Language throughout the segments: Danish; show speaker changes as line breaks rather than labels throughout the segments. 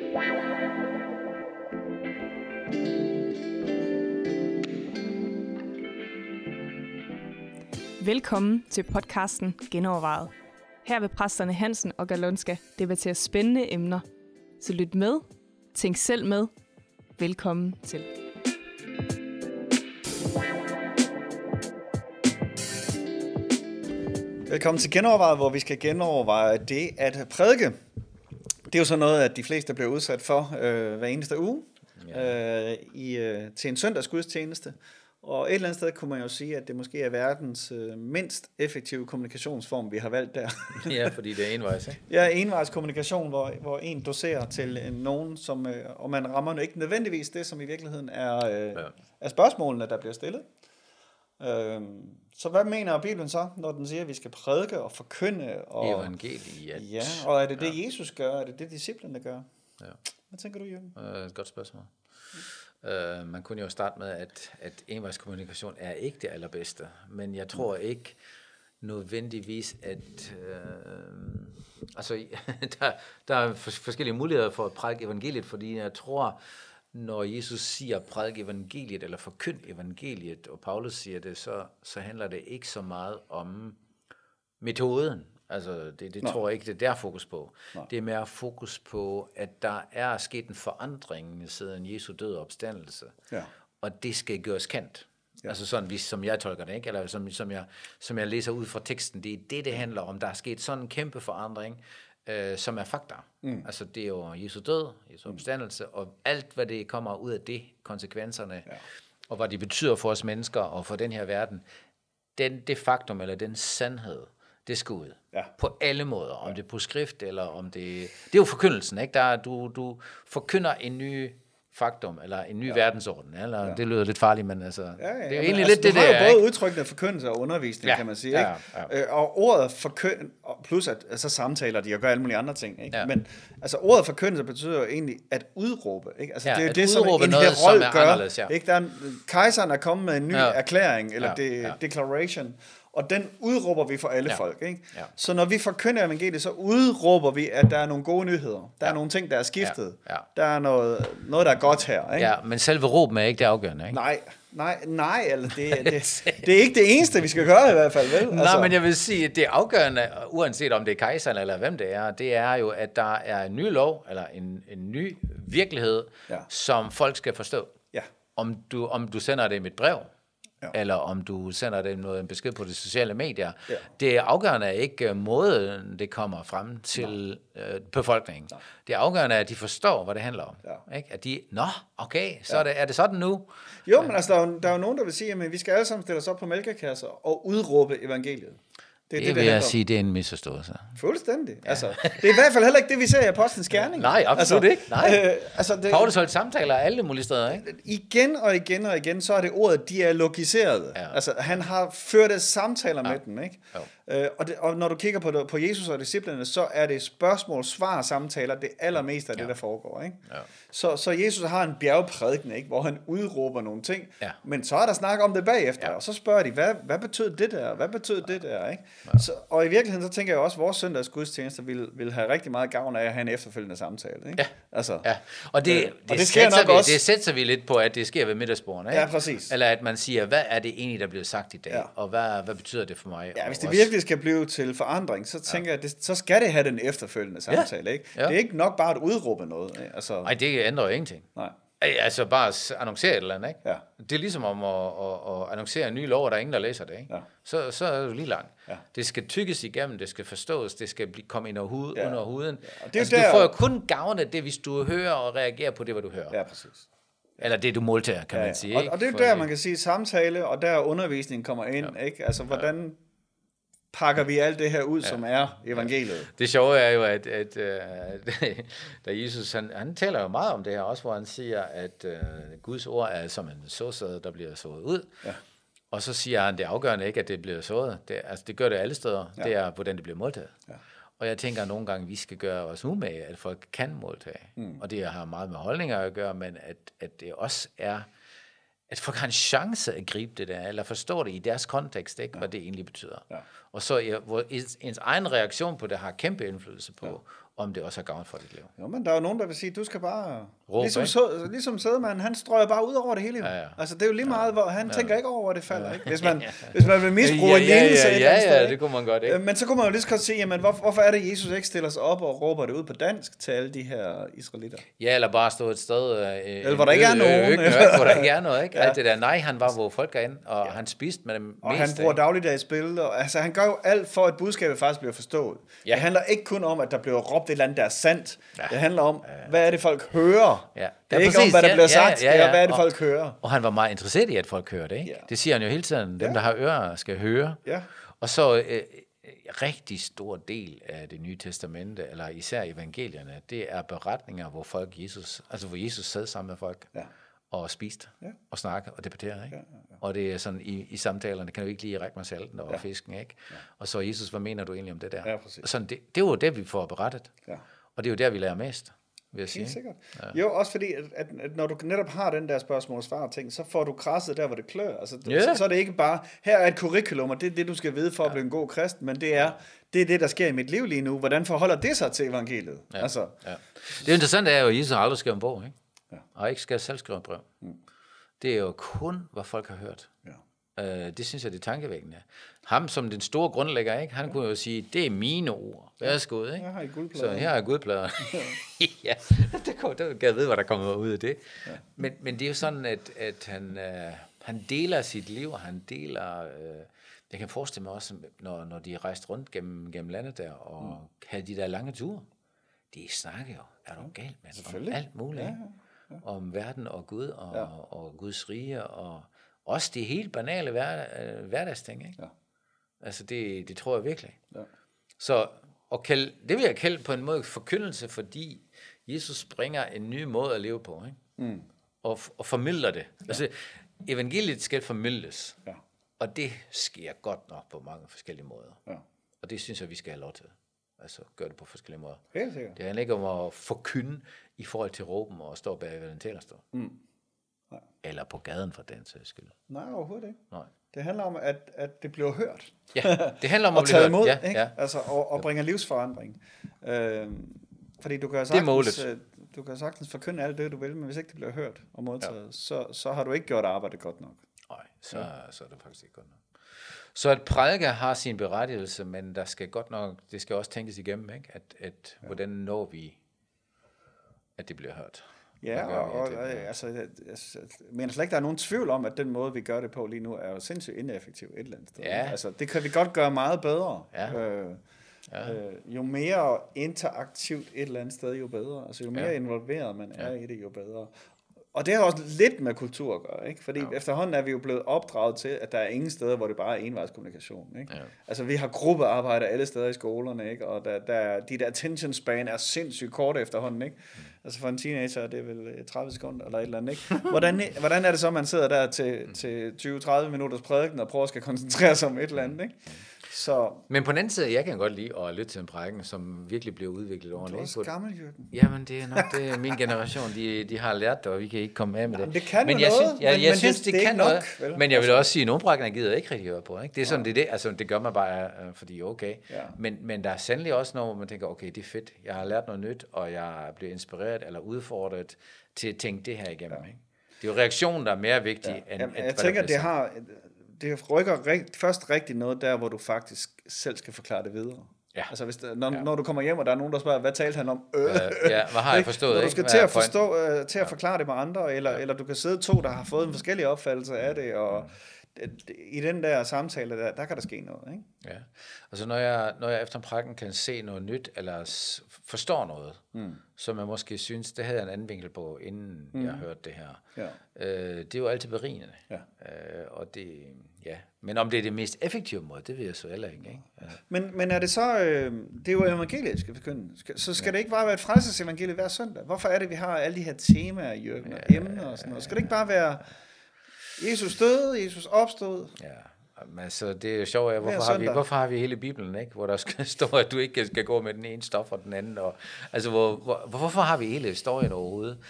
Velkommen til podcasten Genovervejet. Her vil præsterne Hansen og Galonska debattere spændende emner. Så lyt med, tænk selv med. Velkommen til.
Velkommen til Genovervejet, hvor vi skal genoverveje det at prædike. Det er jo sådan noget, at de fleste bliver udsat for hver eneste uge til en søndagsgudstjeneste. Og et eller andet sted kunne man jo sige, at det måske er verdens mindst effektive kommunikationsform, vi har valgt der.
Ja, fordi det er envejs, ikke?
Ja, envejs kommunikation, hvor en doserer til nogen, som, og man rammer jo ikke nødvendigvis det, som i virkeligheden er spørgsmålene, der bliver stillet. Så hvad mener Bibelen så, når den siger, at vi skal prædike og forkynde? Og,
evangeliet.
Ja, og er det det, Jesus gør? Er det det, disciplene gør?
Ja.
Hvad tænker du, Jørgen?
Et godt spørgsmål. Man kunne jo starte med, at envejskommunikation er ikke det allerbedste, men jeg tror ikke nødvendigvis, at der er forskellige muligheder for at prædike evangeliet, fordi jeg tror, når Jesus siger prædike evangeliet eller forkynd evangeliet, og Paulus siger det, så handler det ikke så meget om metoden. Altså, det tror jeg ikke, det er der fokus på. Nej. Det er mere fokus på, at der er sket en forandring siden Jesu død og opstandelse. Ja. Og det skal gøres kendt. Ja. Altså sådan, som jeg tolker det, ikke? Eller som jeg læser ud fra teksten. Det er det handler om. Der er sket sådan en kæmpe forandring, som er fakta. Altså, det er jo Jesu død, Jesu opstandelse, og alt, hvad det kommer ud af det, konsekvenserne, og hvad det betyder for os mennesker og for den her verden, det faktum, eller den sandhed, det skal ud. Ja. På alle måder. Om det er på skrift, eller om det... Det er jo forkyndelsen, ikke? Du forkynder en ny faktum, eller en ny verdensorden. Eller, det lyder lidt farligt, men altså... Det er jo egentlig lidt det der,
du har jo både
ikke?
udtrykkende forkyndelse og undervisning, kan man sige. Ikke? Og ordet forkyndelse, plus at så samtaler de og gør alle mulige andre ting. Ikke? Ja. Men altså, ordet forkyndelse betyder jo egentlig at udråbe. Ikke? Altså, det er jo det, som en herold gør. Ikke? Kejseren er kommet med en ny erklæring, eller declaration, og den udråber vi for alle folk. Ikke? Ja. Så når vi forkynder evangeliet, så udråber vi, at der er nogle gode nyheder. Der er nogle ting, der er skiftet. Ja. Der er noget, der er godt her. Ikke?
Ja, men selve råben er ikke det afgørende, ikke?
Nej, altså det er ikke det eneste, vi skal gøre i hvert fald, vel? Altså.
Nej, men jeg vil sige, at det afgørende, uanset om det er kejseren eller hvem det er jo, at der er en ny lov, eller en ny virkelighed, som folk skal forstå. Ja. Om du sender det med et brev, eller om du sender dem en besked på de sociale medier. Ja. Det afgørende er ikke måden, det kommer frem til befolkningen. Nej. Det afgørende er, at de forstår, hvad det handler om. Ja. Ikke? At de, så er det sådan nu?
Jo, men altså, der er jo nogen, der vil sige, at vi skal alle sammen stille os op på mælkekasser og udråbe evangeliet.
Det vil jeg sige, det er en misforståelse.
Fuldstændig. Ja. Altså, det er i hvert fald heller ikke det, vi ser i Apostlens Gerning.
Nej, absolut ikke. Nej.
Det,
Paulus holdt samtaler alle mulige steder, ikke?
Igen, så er det ordet dialogiseret. Ja. Altså, han har ført samtaler med den, ikke? Og når du kigger på Jesus og disciplene, så er det spørgsmål, svar, samtaler, det allermest af det, der foregår, ikke? Ja. Så Jesus har en bjergprædiken, ikke? Hvor han udråber nogle ting, men så er der snak om det bagefter, og så spørger de, hvad betød det der? Hvad betød det der, ikke? Ja. Og i virkeligheden, så tænker jeg også, at vores søndagsgudstjenester vil have rigtig meget gavn af at have en efterfølgende samtale, ikke?
Ja.
Altså,
og det sætter vi lidt på, at det sker ved middagsbordene, ikke?
Ja, præcis.
Eller at man siger, hvad er det egentlig, der bliver sagt i dag, og hvad betyder det for mig?
Ja, hvis det virkelig skal blive til forandring, så tænker jeg, så skal det have den efterfølgende samtale, ikke? Ja. Det er ikke nok bare at udråbe noget, ikke? Altså,
nej, det ændrer jo ingenting. Nej. Altså bare annoncere et eller andet, ikke? Ja. Det er ligesom om at annoncere en ny lov, og der er ingen, der læser det, ikke? Ja. Så er det lige langt. Ja. Det skal tykkes igennem, det skal forstås, det skal komme ind under huden. Ja. Og det du får jo kun gavn af det, hvis du hører og reagerer på det, hvad du hører.
Ja, præcis.
Eller det, du måltager, kan man sige. Ikke?
Og det er jo der, man kan sige, samtale, og der undervisning kommer ind, ikke? Altså, hvordan pakker vi alt det her ud, som er evangeliet.
Det sjove er jo, at da Jesus, han taler jo meget om det her, også hvor han siger, at Guds ord er som en såsæd, der bliver sået ud. Ja. Og så siger han, det er afgørende ikke, at det bliver sået. Det gør det alle steder. Ja. Det er, hvordan det bliver modtaget. Ja. Og jeg tænker nogle gange, vi skal gøre os umage, at folk kan modtage. Og det har meget med holdninger at gøre, men at det også er, at folk har en chance at gribe det der, eller forstå det i deres kontekst, ikke, hvad det egentlig betyder. Ja. Og så ens egen reaktion på det har kæmpe indflydelse på, om det også er gavn for dit liv.
Jo, men der er jo nogen, der vil sige, du skal bare...
Råbe,
ligesom sædemanden, han strøger bare ud over det hele.
Ja.
Altså, det er jo lige meget, hvor han tænker ikke over, hvor det falder. Ikke? Hvis man vil misbruge en lignelse
Ja, det kunne man godt, ikke?
Men så kunne man jo lige så godt sige, jamen, hvorfor er det, Jesus ikke stiller sig op og råber det ud på dansk til alle de her israelitter?
Ja, eller bare stå et sted...
eller hvor der ikke er nogen.
Hvor der ikke er noget, ikke? Alt det der. Nej, han var, hvor folk er inde, og han spiste med dem
og han bruger dagligdags billeder. Altså, han gør jo alt for, at budskabet faktisk bliver forstået. Ja. Det handler ikke kun om, at der bliver råbt et eller andet, der er sandt. Ja. Det handler om, hvad er det, folk hører. Ja. Det er ikke om, hvad der bliver sagt, det er, hvad er det, folk hører.
Og han var meget interesseret i, at folk hører det, ikke? Ja. Det siger han jo hele tiden. Dem, der har ører, skal høre. Ja. Og så rigtig stor del af det nye testamente, eller især evangelierne, det er beretninger, hvor Jesus sad sammen med folk. Ja. Og spiste, og snakke og debattere, ikke? Ja. Og det er sådan, i samtalerne, kan du ikke lige række mig salten og fisken, ikke? Ja. Og så Jesus, hvad mener du egentlig om det der? Ja, sådan, det er jo det, vi får berettet. Ja. Og det er jo der, vi lærer mest, vil jeg sige.
Helt sikkert. Ja. Jo, også fordi, at når du netop har den der spørgsmål-svar-ting, så får du krasset der, hvor det klør. Altså, så er det ikke bare, her er et curriculum, og det er det, du skal vide for at blive en god kristen, men det er det, der sker i mit liv lige nu. Hvordan forholder det sig til evangeliet?
Ja.
Altså.
Ja. Det interessante er jo, at Jesus har aldrig skrevet en bog, ikke? Ja. Og ikke skal selv skrive et brev. Det er jo kun, hvad folk har hørt. Ja. Det synes jeg, det er tankevækkende. Ham som den store grundlægger, ikke? Han kunne jo sige, det er mine ord. Værsgo, ikke?
Jeg har i guldplader.
Så her er guldplader. Ja, det kan jeg vide, hvad der kommer ud af det. Ja. Men det er jo sådan, at han deler sit liv, og han deler... jeg kan forestille mig også, når de er rejst rundt gennem landet der, og havde de der lange ture. De snakker jo, er du galt med om alt muligt. Ja. Om verden og Gud og Guds rige, og også de helt banale hverdagsting, ikke? Ja. Altså det tror jeg virkelig. Ja. Så det vil jeg kalde på en måde forkyndelse, fordi Jesus bringer en ny måde at leve på, ikke? Og formidler det. Ja. Altså evangeliet skal formidles, og det sker godt nok på mange forskellige måder. Ja. Og det synes jeg, vi skal have lov til. Altså gøre det på forskellige måder.
Helt sikkert.
Det handler ikke om at forkynde i forhold til råben og stå bag ved en talerstol. Eller på gaden for den sags skyld.
Nej, overhovedet ikke. Nej. Det handler om, at det bliver hørt.
Ja, det handler om at
blive hørt. Imod, ikke? Ja. Altså, og bringe livsforandring. Fordi du kan sagtens forkynde alt det, du vil, men hvis ikke det bliver hørt og modtaget, så har du ikke gjort arbejdet godt nok.
Nej, så er det faktisk ikke godt nok. Så at prædike har sin berettigelse, men der skal godt nok, det skal også tænkes igennem, ikke? Hvordan når vi, at det bliver hørt.
Ja, altså, jeg mener slet ikke, der er nogen tvivl om, at den måde, vi gør det på lige nu, er jo sindssygt ineffektiv et eller andet sted. Ja. Altså, det kan vi godt gøre meget bedre. Ja. Jo mere interaktivt et eller andet sted, jo bedre. Altså, jo mere involveret man er i det, jo bedre. Og det har også lidt med kultur at gøre, ikke? Fordi efterhånden er vi jo blevet opdraget til, at der er ingen steder, hvor det bare er envejskommunikation, ikke? Ja. Altså, vi har gruppearbejde alle steder i skolerne, ikke? Og de der attention span er sindssygt korte efterhånden, ikke? Altså, for en teenager, det er vel 30 sekunder eller et eller andet, ikke? Hvordan er det så, man sidder der til 20-30 minutters prædiken og prøver at skal koncentrere sig om et eller andet, ikke? Så.
Men på den anden side, jeg kan godt lide at lytte til en prædiken, som virkelig bliver udviklet ordentligt.
Du er også gammel, Jørgen.
Jamen, det er nok det, min generation, de har lært det, og vi kan ikke komme af med det.
Jamen, det kan men jeg synes,
det kan noget. Vel? Men jeg vil også sige, at nogle prædikener gider ikke rigtig høre på. Ikke? Det er sådan, det. Altså, det gør man bare, fordi okay. Ja. Men der er sandelig også noget, hvor man tænker, okay, det er fedt. Jeg har lært noget nyt, og jeg bliver inspireret eller udfordret til at tænke det her igennem. Ikke? Det er jo reaktionen, der er mere vigtig, end
jeg tænker, det rykker først rigtig noget der, hvor du faktisk selv skal forklare det videre. Ja. Altså når du kommer hjem, og der er nogen, der spørger, hvad talte han om?
Hvad har jeg forstået?
Når du skal til at forklare det med andre, eller du kan sidde to, der har fået en forskellig opfattelse af det, og i den der samtale, der kan der ske noget, ikke?
Ja, altså når jeg efter en prædiken kan se noget nyt, eller forstår noget, som jeg måske synes, det havde jeg en anden vinkel på, inden jeg hørte det her. Ja. Det er jo altid berigende. Ja. Og det, men om det er det mest effektive måde, det ved jeg så heller ikke. Ja.
Men er det så, det er jo evangeliet, skal forkynde. Så skal det ikke bare være et frelsesevangelie hver søndag? Hvorfor er det, vi har alle de her temaer, Jørgen, og emner og sådan noget? Skal det ikke bare være Jesus døde, Jesus opstod? Ja,
men altså, det er jo sjovt, hvorfor har vi hele Bibelen, ikke? Hvor der skal stå, at du ikke skal gå med den ene stof og den anden. Og, altså, hvorfor har vi hele historien overhovedet?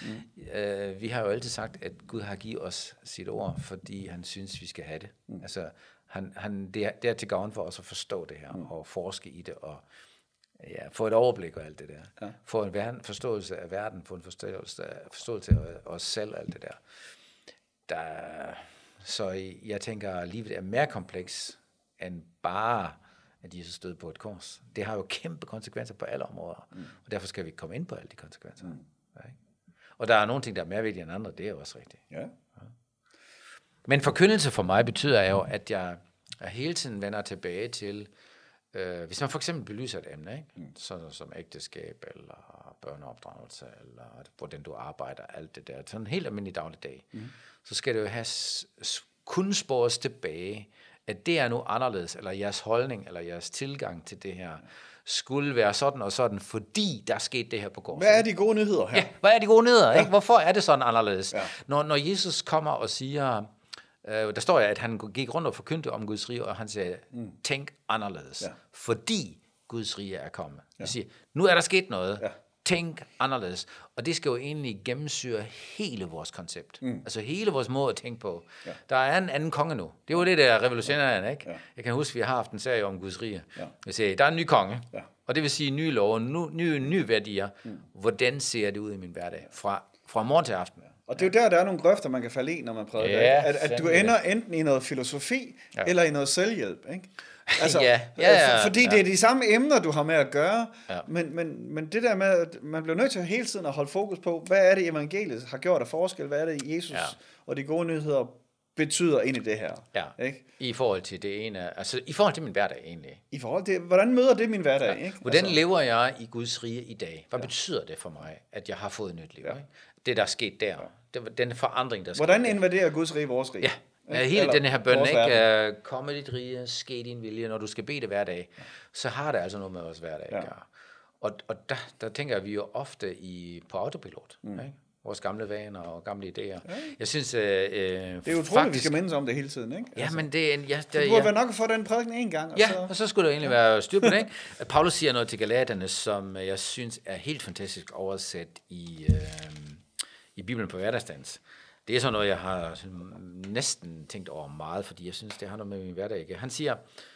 Vi har jo altid sagt, at Gud har givet os sit ord, fordi han synes, vi skal have det. Altså, det er til gavn for os at forstå det her, og forske i det, og Ja, få et overblik og alt det der.
Ja.
Få en forståelse af verden, få en forståelse af os selv og alt det der. Så jeg tænker, at livet er mere kompleks end bare, at Jesus stod på et kors. Det har jo kæmpe konsekvenser på alle områder, og derfor skal vi komme ind på alle de konsekvenser. Ja, ikke? Og der er nogle ting, der er mere vigtige end andre, det er jo også rigtigt.
Ja.
Men forkyndelse for mig betyder jo, at jeg hele tiden vender tilbage til, hvis man for eksempel belyser et emne, ikke? Sådan som ægteskab, eller børneopdragelse, eller hvordan du arbejder, alt det der, sådan en helt almindelig dagligdag, så skal det jo kun spores tilbage, at det er nu anderledes, eller jeres holdning, eller jeres tilgang til det her, skulle være sådan og sådan, fordi der skete det her på gården.
Hvad er de gode nyheder her?
Ja, hvad er de gode nyheder? Ikke? Hvorfor er det sådan anderledes? Ja. Når Jesus kommer og siger, der står at han gik rundt og forkyndte om Guds rige, og han sagde, tænk anderledes, fordi Guds rige er kommet. Det siger, nu er der sket noget, tænk anderledes. Og det skal jo egentlig gennemsyre hele vores koncept. Altså hele vores måde at tænke på. Ja. Der er en anden konge nu. Det var det der revolutionære, ikke? Ja. Jeg kan huske, vi har haft en serie om Guds rige. Ja. Jeg siger, der er en ny konge, og det vil sige nye love, nye værdier. Hvordan ser det ud i min hverdag? Fra morgen til aften.
Og det er jo der er nogle grøfter, man kan falde i, når man prædiker.
Ja,
at du ender enten i noget filosofi, eller i noget selvhjælp, ikke? Altså, fordi det er de samme emner, du har med at gøre, men det der med, at man bliver nødt til hele tiden at holde fokus på, hvad er det, evangeliet har gjort af forskel, hvad er det, Jesus og de gode nyheder betyder ind i det her. Ja. Ikke?
I forhold til det ene, altså i forhold til min hverdag egentlig.
I forhold til, hvordan møder det min hverdag? Ja. Ikke?
Hvordan lever jeg i Guds rige i dag? Hvad betyder det for mig, at jeg har fået et nyt liv? Ikke? Det, der er sket der, den forandring, der er sket.
Hvordan invaderer Guds rige vores rige?
Ja, hele den her bøn, ikke? Kom i dit rige, ske din vilje, når du skal bede det hver dag, så har det altså noget med vores hverdag. Ja. Og der tænker vi jo ofte på autopilot, ikke? Vores gamle vaner og gamle idéer. Ja. Jeg synes, det
er utroligt, vi skal mindes om det hele tiden, ikke?
Ja, men det er...
det burde være nok at få den prædiken en gang.
Og så skulle der egentlig være styr på det, ikke? Paulus siger noget til Galaterne, som jeg synes er helt fantastisk oversat i Bibelen på hverdagsdans. Det er sådan noget, jeg har næsten tænkt over meget, fordi jeg synes, det har noget med min hverdag. Han siger,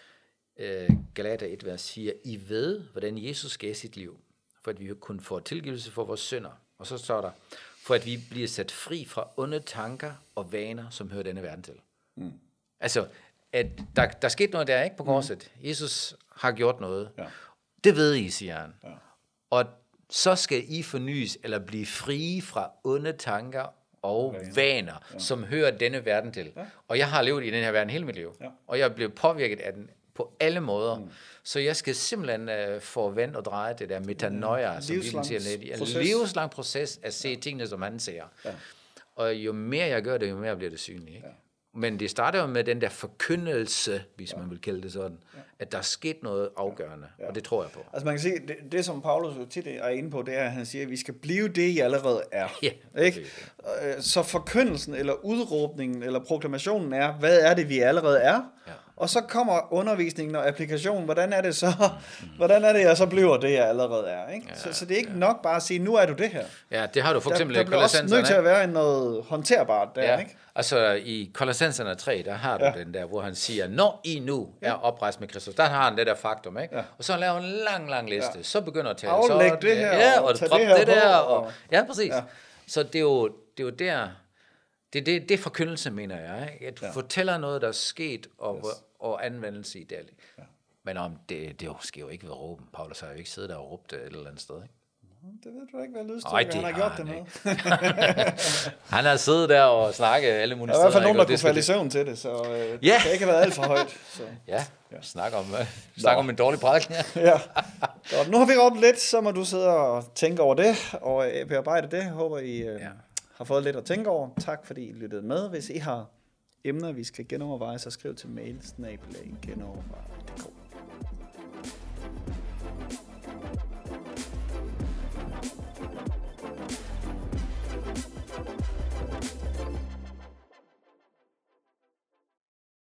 Galater 1, vers 4, I ved, hvordan Jesus gav sit liv, for at vi kunne få tilgivelse for vores synder. Og så står der, for at vi bliver sat fri fra onde tanker og vaner, som hører denne verden til. Altså, at der skete noget der, ikke, på korset. Jesus har gjort noget. Ja. Det ved I, siger han. Ja. Og så skal I fornyes, eller blive frie fra onde tanker og vaner, som hører denne verden til. Ja. Og jeg har levet i den her verden hele mit liv. Ja. Og jeg blev påvirket af den på alle måder. Så jeg skal simpelthen få vendt og dreje det der metanoia, som vi siger lidt i. En livslang proces at se tingene, som han ser. Ja. Og jo mere jeg gør det, jo mere bliver det synligt. Ikke? Ja. Men det starter jo med den der forkyndelse, hvis man vil kalde det sådan, at der er sket noget afgørende, og det tror jeg på.
Altså man kan sige, det som Paulus tit er inde på, det er, at han siger, at vi skal blive det, I allerede er. Ja, ikke? Så forkyndelsen, eller udråbningen, eller proklamationen er, hvad er det, vi allerede er? Ja. Og så kommer undervisningen og applikationen, hvordan er det så, hvordan er det, jeg så bliver det, jeg allerede er? Ikke? Ja, så det er ikke nok bare at sige, nu er du det her.
Ja, det har du for eksempel
der bliver også nødt til at være noget håndterbart der, ikke?
Altså i Kolossenserne 3, der har du den der, hvor han siger, når I nu er oprejst med Kristus, der har han det der faktum, ikke? Ja. Og så laver han en lang liste, så begynder at tale.
Aflæg det her,
og drop det der. Og, ja, præcis. Ja. Så det er jo der, det er forkyndelse, mener jeg, ikke? At du fortæller noget, der er sket, og anvendelse i det. Ja. Men om det sker jo ikke ved råben. Paulus har jo ikke siddet der og råbt et eller andet sted, ikke?
Det ved du ikke, hvad lydstyrke han har gjort det med.
Han har siddet der og snakket alle mulige steder.
Der er i hvert fald nogen, der kunne falde i søvn til det, så det kan ikke have været alt for højt. Så.
Snak om en dårlig prædiken.
Ja. Så, nu har vi råbt lidt, så må du sidde og tænke over det, og bearbejde det. Håber I har fået lidt at tænke over. Tak fordi I lyttede med. Hvis I har emner, vi skal genoverveje, så skriv til mail @genoverveje.dk.